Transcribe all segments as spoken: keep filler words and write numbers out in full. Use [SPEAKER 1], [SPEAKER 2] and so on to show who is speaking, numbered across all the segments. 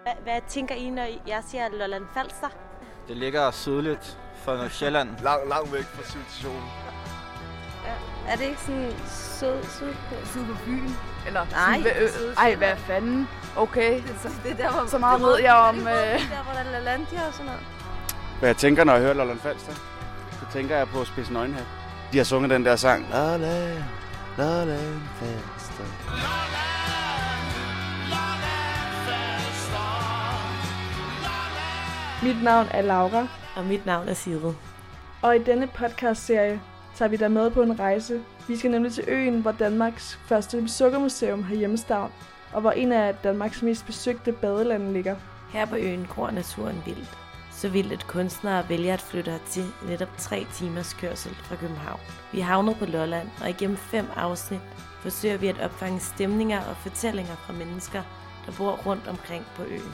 [SPEAKER 1] Hvad, hvad tænker I, når jeg siger Lolland Falster?
[SPEAKER 2] Det ligger sydligt for Sjælland.
[SPEAKER 3] Lang, langt væk fra civilisationen.
[SPEAKER 4] Ja. Er det ikke sådan sød, sød på?
[SPEAKER 5] Syd på byen? Eller
[SPEAKER 4] nej,
[SPEAKER 5] sådan, øh, ej, hvad fanden? Okay, så,
[SPEAKER 4] det er der, hvor,
[SPEAKER 5] så meget ved jeg om...
[SPEAKER 4] Det er der, hvor der er LaLandia og sådan noget.
[SPEAKER 6] Hvad jeg tænker, når jeg hører Lolland Falster, så tænker jeg på Spidse Nøgenhat. De har sunget den der sang. Lolland, Lolland Falster.
[SPEAKER 7] Mit navn er Laura.
[SPEAKER 1] Og mit navn er Sigrid.
[SPEAKER 7] Og i denne podcastserie tager vi dig med på en rejse. Vi skal nemlig til øen, hvor Danmarks første sukkermuseum har hjemstavn, og hvor en af Danmarks mest besøgte badelande ligger.
[SPEAKER 1] Her på øen gror naturen vildt. Så vildt, at kunstnere vælger at flytte hertil netop tre timers kørsel fra København. Vi havner på Lolland, og igennem fem afsnit forsøger vi at opfange stemninger og fortællinger fra mennesker, der bor rundt omkring på øen.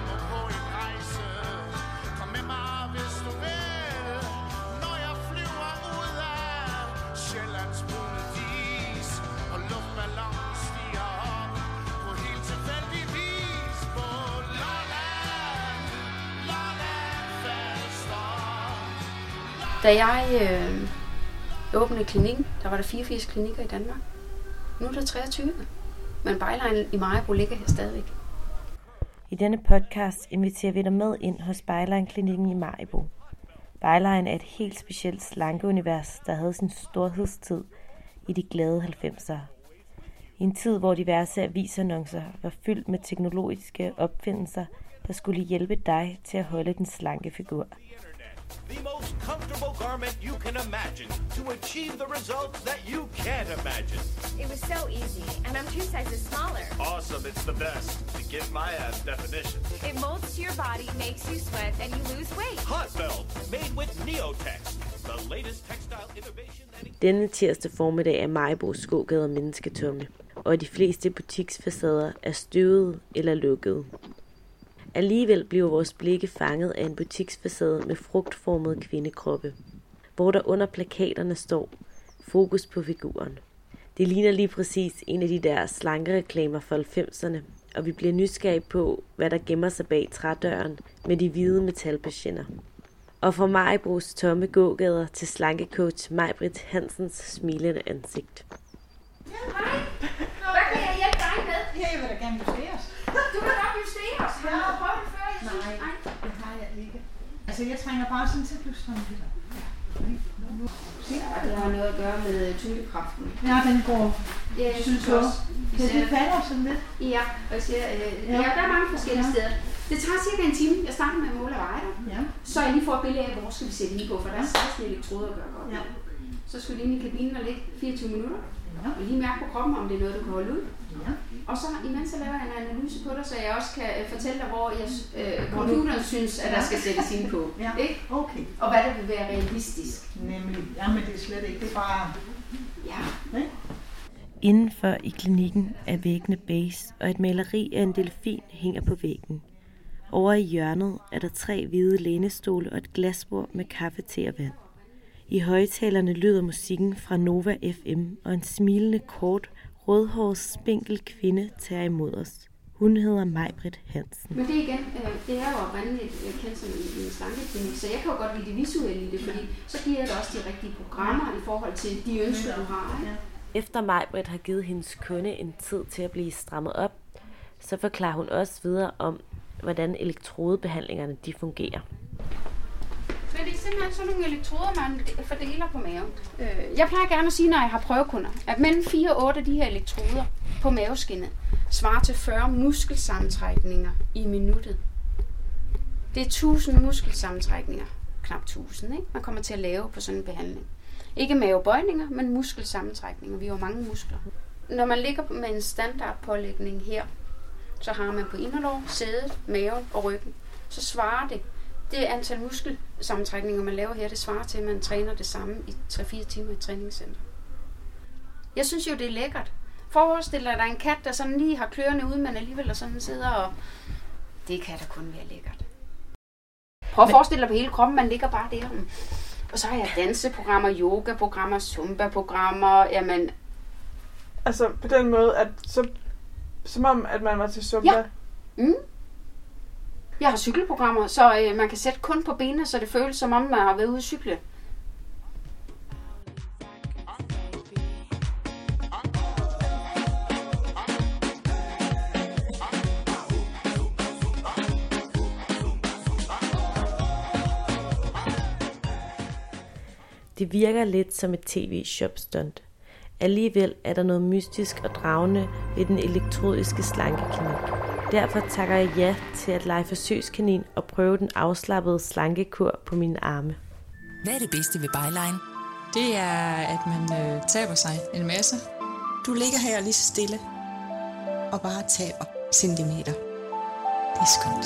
[SPEAKER 8] Da jeg øh, åbnede klinikken, der var der fireogfirs klinikker i Danmark. Nu er der treogtyve, men Byline i Maribo ligger her stadigvæk.
[SPEAKER 1] I denne podcast inviterer vi dig med ind hos Byline-klinikken i Maribo. Byline er et helt specielt slankeunivers, der havde sin storhedstid i de glade halvfemsere. I en tid, hvor diverse avisannoncer var fyldt med teknologiske opfindelser, der skulle hjælpe dig til at holde den slanke figur.
[SPEAKER 9] The most comfortable garment you can imagine to achieve the results that you can't imagine.
[SPEAKER 10] It was so easy, and I'm two sizes smaller.
[SPEAKER 9] Awesome, it's the best. To give my ass definition.
[SPEAKER 10] It molds to your body, makes you sweat, and you lose weight.
[SPEAKER 9] Hot Melt, made with Neotex, the latest textile innovation.
[SPEAKER 1] Denne tirsdag formiddag er Maribos gågader mennesketomme, og de fleste butiksfacader er støvede eller lukkede. Alligevel bliver vores blikke fanget af en butiksfacade med frugtformede kvindekroppe, hvor der under plakaterne står fokus på figuren. Det ligner lige præcis en af de der slanke reklamer fra halvfemserne, og vi bliver nysgerrige på, hvad der gemmer sig bag trædøren med de hvide metalpatienter. Og fra Maribos tomme gågader til slankecoach Maj-Britt Hansens smilende ansigt.
[SPEAKER 8] Ja, hej. Hvad kan jeg hjælpe dig med?
[SPEAKER 11] Ja, jeg vil da gerne justeres.
[SPEAKER 8] Du vil godt justeres. Har du prøvet det før? Jeg
[SPEAKER 11] Nej, nej, det har jeg ikke. Altså, jeg trænger bare sådan til pludstrømmen lidt.
[SPEAKER 8] Det har noget at gøre med tyngdekraften.
[SPEAKER 11] Ja, den går.
[SPEAKER 8] Ja, jeg synes
[SPEAKER 11] så.
[SPEAKER 8] også.
[SPEAKER 11] Ja, det falder sådan lidt.
[SPEAKER 8] Ja, og jeg siger, øh, ja. ja, der er mange forskellige ja. steder. Det tager cirka en time. Jeg starter med at måle og veje dig. Ja. Så jeg lige får et billede af, hvor skal vi sætte lige på, for der er seksten elektroder at gøre godt. Ja. Så skal vi lige ind i kabinen og ligge fireogtyve minutter. Ja. Og lige mærke på kroppen, om det er noget, du kan holde ud. Ja. Og så imens jeg laver en analyse på dig, så jeg også kan fortælle dig, hvor jeg, øh, computeren synes, at der skal sættes ind på.
[SPEAKER 11] Ja.
[SPEAKER 8] Ikke?
[SPEAKER 11] Okay.
[SPEAKER 8] Og hvad der vil være realistisk.
[SPEAKER 11] Nemlig. Jamen det er slet ikke. Det er bare...
[SPEAKER 8] Ja.
[SPEAKER 11] Ne?
[SPEAKER 1] Indenfor i klinikken er væggene beige, og et maleri af en delfin hænger på væggen. Over i hjørnet er der tre hvide lænestole og et glasbord med kaffe, te og vand. I højtalerne lyder musikken fra Nova F M, og en smilende, kort, rødhåret, spinkel kvinde tager imod os. Hun hedder Maj-Britt Hansen.
[SPEAKER 8] Men det igen, øh, det er jo oprindeligt kendt som en, en slankeklinik, så jeg kan jo godt lide det visuelle i det, fordi så giver jeg dig også de rigtige programmer i forhold til de ønsker, du har. Ikke?
[SPEAKER 1] Efter Maj-Britt har givet hendes kunde en tid til at blive strammet op, så forklarer hun også videre om, hvordan elektrodebehandlingerne de fungerer.
[SPEAKER 8] Men det er simpelthen sådan nogle elektroder, man fordeler på maven. Jeg plejer gerne at sige, når jeg har prøvekunder, at mellem fire og otte af de her elektroder på maveskinnet svarer til fyrre muskelsammentrækninger i minuttet. Det er tusind muskelsammentrækninger, knap tusind, ikke? Man kommer til at lave på sådan en behandling. Ikke mavebøjninger, men muskelsammentrækninger. Vi har mange muskler. Når man ligger med en standardpålægning her, så har man på inderlov, sædet, maven og ryggen. Så svarer det. Det antal muskelsammentrækninger, man laver her, det svarer til, at man træner det samme i tre til fire timer i et træningscenter. Jeg synes jo, det er lækkert. Forestil dig, at der er en kat, der sådan lige har kløerne ude, men alligevel der sådan sidder og... Det kan da kun være lækkert. Prøv at forestille dig på hele kroppen, man ligger bare der. Og så har jeg danseprogrammer, yogaprogrammer, zumba-programmer, jamen...
[SPEAKER 7] Altså på den måde, at så, som om, at man var til zumba?
[SPEAKER 8] Ja. Mm. Jeg har cykelprogrammer, så øh, man kan sætte kun på benene, så det føles som om man har været ude at cykle.
[SPEAKER 1] Det virker lidt som et tv-shopstunt. Alligevel er der noget mystisk og dragende ved den elektrodiske slankeklinik. Derfor takker jeg ja til at lege forsøgskanin og prøve den afslappede slankekur på mine arme.
[SPEAKER 12] Hvad er det bedste ved Byline? Det er, at man øh, taber sig en masse. Du ligger her lige så stille og bare taber centimeter. Det er skønt.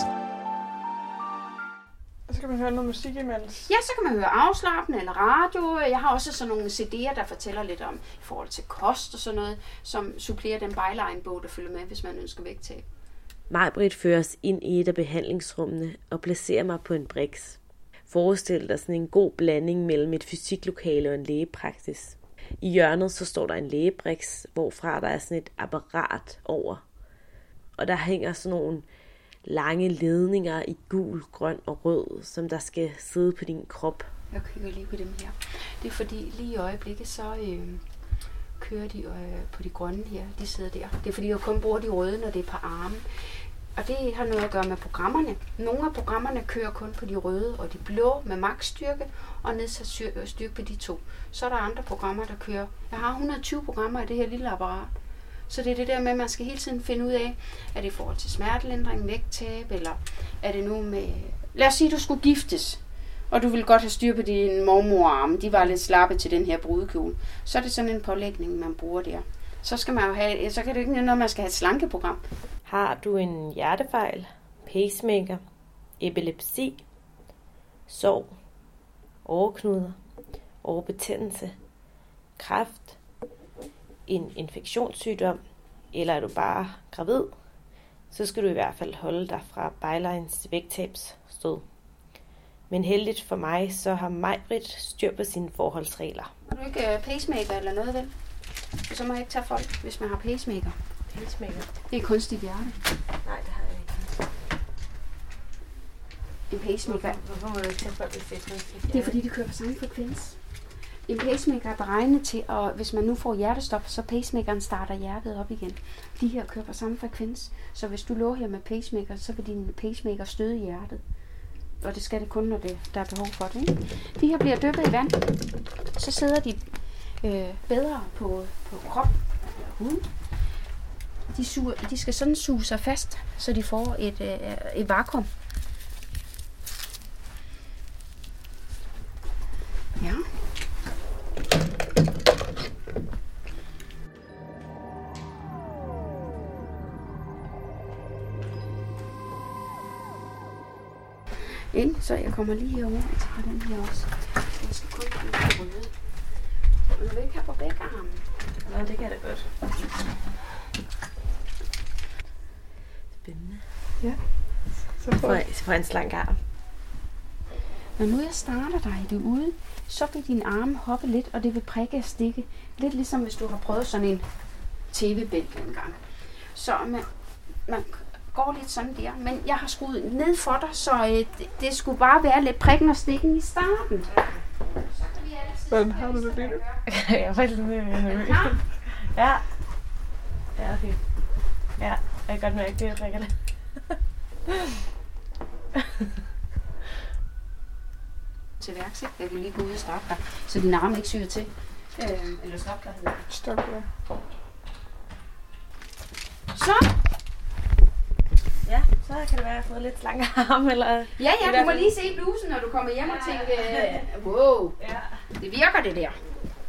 [SPEAKER 7] Og så kan man høre noget musik imens.
[SPEAKER 8] Ja, så kan man høre afslappende eller radio. Jeg har også sådan nogle C D'er, der fortæller lidt om i forhold til kost og sådan noget, som supplerer den Byline-bog, der følger med, hvis man ønsker vægttab.
[SPEAKER 1] Maj-Britt føres ind i et af behandlingsrummene og placerer mig på en briks. Forestil dig sådan en god blanding mellem et fysiklokale og en lægepraksis. I hjørnet så står der en lægebriks, hvorfra der er sådan et apparat over. Og der hænger sådan nogle lange ledninger i gul, grøn og rød, som der skal sidde på din krop.
[SPEAKER 8] Jeg kigger lige på dem her. Det er fordi lige i øjeblikket, så øh, kører de øh, på de grønne her. De sidder der. Det er fordi, jeg kun bruger de røde, når det er på armen. Og det har noget at gøre med programmerne. Nogle af programmerne kører kun på de røde og de blå med maksstyrke og nedsat styrke på de to. Så er der andre programmer, der kører. Jeg har et hundrede og tyve programmer i det her lille apparat. Så det er det der med, at man skal hele tiden finde ud af, er det i forhold til smertelindring, vægttab, eller er det nu med... Lad os sige, at du skulle giftes, og du ville godt have styr på dine mormorarme. De var lidt slappe til den her brudekjole. Så er det sådan en pålægning, man bruger der. Så skal man jo have, så kan det ikke noget, at man skal have et slankeprogram.
[SPEAKER 1] Har du en hjertefejl, pacemaker, epilepsi, sorg, åreknuder, årebetændelse, kræft, en infektionssygdom, eller er du bare gravid, så skal du i hvert fald holde dig fra Bylines vægttabsstød. Men heldigt for mig, så har Maj-Britt styr på sine forholdsregler.
[SPEAKER 8] Har du ikke pacemaker eller noget, vel? Så må jeg ikke tage folk, hvis man har pacemaker.
[SPEAKER 1] Pacemaker?
[SPEAKER 8] Det er kunstigt hjerte.
[SPEAKER 1] Nej, det har jeg ikke.
[SPEAKER 8] En pacemaker.
[SPEAKER 1] Hvorfor må du ikke tage folk, hvis det er kunstigt?
[SPEAKER 8] Det er fordi, de kører på samme frekvens. En pacemaker er beregnet til, at hvis man nu får hjertestop, så pacemakeren starter hjertet op igen. De her kører på samme frekvens, så hvis du lå her med pacemaker, så vil din pacemaker støde hjertet. Og det skal det kun, når det, der er behov for det. Ikke? De her bliver dyppet i vand, så sidder de øh, bedre på, på krop eller huden. De, suger, de skal sådan suge sig fast, så de får et, øh, et vakuum. Ja. Ind, så jeg kommer lige herover og tager den her også. Jeg skal kun bruge den røde. Men du vil ikke have på begge arme?
[SPEAKER 1] Nå, det kan det godt. Spændende.
[SPEAKER 7] Ja.
[SPEAKER 1] Så får jeg, så får jeg en slank arm.
[SPEAKER 8] Når nu jeg starter dig derude, så vil din arme hoppe lidt, og det vil prikke og stikke. Lidt ligesom hvis du har prøvet sådan en tv-bælge engang. Så man, man går lidt sådan der, men jeg har skruet ned for dig, så øh, det, det skulle bare være lidt prikken og stikken i starten.
[SPEAKER 7] Hvordan har du det lidt?
[SPEAKER 1] Jeg er faktisk lidt nervøs. Ja. Ja, okay. Ja, jeg kan godt mærke, det jeg prikker lidt.
[SPEAKER 8] Til værks, ikke? Jeg vil lige gå ud og stoppe dig, så din arme ikke syger til. Øh, eller stop dig, hedder det.
[SPEAKER 7] Stop dig.
[SPEAKER 8] Så!
[SPEAKER 1] Ja, så kan det være, at jeg har fået lidt slankere arm, eller...
[SPEAKER 8] Ja, ja, du må lige se blusen, når du kommer hjem og tænke, øh, wow,
[SPEAKER 1] ja.
[SPEAKER 8] Det virker det der.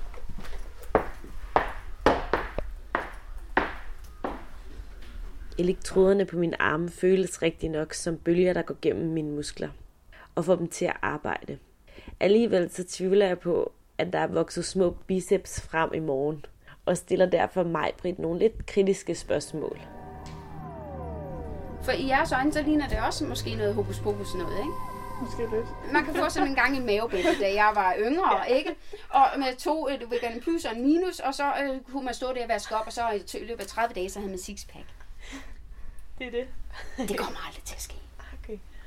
[SPEAKER 1] Elektroderne på mine arme føles rigtig nok som bølger, der går gennem mine muskler, og får dem til at arbejde. Alligevel så tvivler jeg på, at der er vokset små biceps frem i morgen, og stiller derfor Maj-Britt nogle lidt kritiske spørgsmål.
[SPEAKER 8] For i jeres øjne, så ligner det også måske noget hokus pokus noget, ikke?
[SPEAKER 7] Måske lidt.
[SPEAKER 8] Man kan få sådan en gang en mavebælte, da jeg var yngre, ikke? Og med to, du ved, en plus og en minus, og så øh, kunne man stå der og vaske op, og så i løbet af tredive dage, så havde man sixpack.
[SPEAKER 1] Det er det.
[SPEAKER 8] Det kommer aldrig til at ske.
[SPEAKER 1] Okay.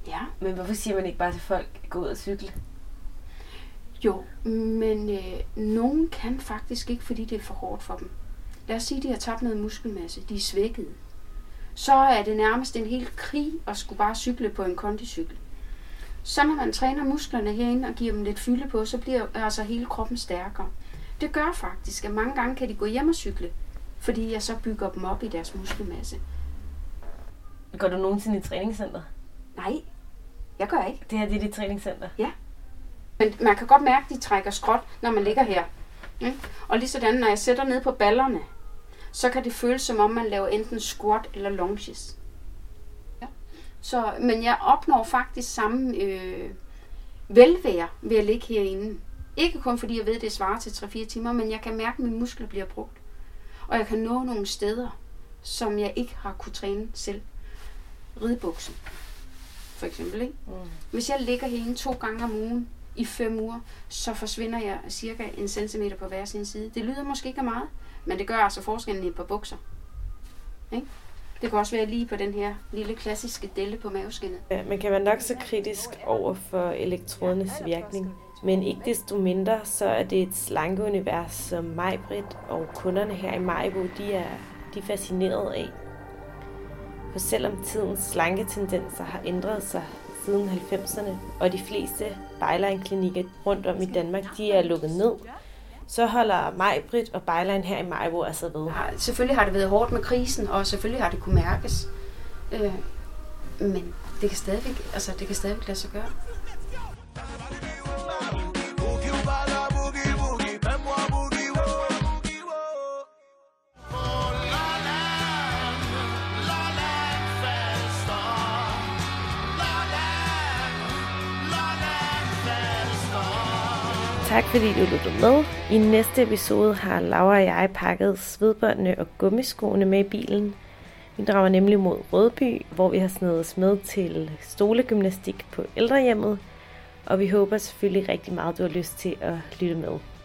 [SPEAKER 8] Ja.
[SPEAKER 1] Men hvorfor siger man ikke bare til folk, gå ud og cykle?
[SPEAKER 8] Jo, men øh, nogen kan faktisk ikke, fordi det er for hårdt for dem. Lad os sige, at de har tabt noget muskelmasse. De er svækkede. Så er det nærmest en hel krig at skulle bare cykle på en kondicykel. Så når man træner musklerne herinde og giver dem lidt fylde på, så bliver altså hele kroppen stærkere. Det gør faktisk, at mange gange kan de gå hjem og cykle, fordi jeg så bygger dem op i deres muskelmasse.
[SPEAKER 1] Går du nogensinde i træningscenter?
[SPEAKER 8] Nej, jeg gør ikke.
[SPEAKER 1] Det her det er dit træningscenter?
[SPEAKER 8] Ja. Men man kan godt mærke, at de trækker skråt, når man ligger her. Mm. Og lige sådan, når jeg sætter ned på ballerne, så kan det føles som om, man laver enten squat eller lunges. Ja. Så, men jeg opnår faktisk samme øh, velvære ved at ligge herinde. Ikke kun fordi jeg ved, at det svarer til tre fire timer, men jeg kan mærke, at mine muskler bliver brugt. Og jeg kan nå nogle steder, som jeg ikke har kunne træne selv. Ridebuksen, for eksempel. Ikke? Mm. Hvis jeg ligger herinde to gange om ugen i fem uger, så forsvinder jeg cirka en centimeter på hver sin side. Det lyder måske ikke meget, men det gør altså forskellen i et par bukser. Ikke? Det kan også være lige på den her lille klassiske delle på maveskinnet.
[SPEAKER 1] Ja, man kan være nok så kritisk over for elektrodernes virkning. Men ikke desto mindre, så er det et slankeunivers, som Maj-Brit og kunderne her i Maribo, de er, de er fascineret af. For selvom tidens slanketendenser har ændret sig siden halvfemserne, og de fleste Byline-klinikker rundt om i Danmark, de er lukket ned, så holder Maj-Brit og Byline her i Maribo altså ved.
[SPEAKER 8] Ja, selvfølgelig har det været hårdt med krisen, og selvfølgelig har det kunne mærkes. Øh, men det kan stadigvæk, altså det kan stadigvæk lade sig gøre.
[SPEAKER 1] Tak fordi du lyttede med. I næste episode har Laura og jeg pakket svedbåndene og gummiskoene med i bilen. Vi drager nemlig mod Rødby, hvor vi har snedet os med til stolegymnastik på ældrehjemmet. Og vi håber selvfølgelig rigtig meget, du har lyst til at lytte med.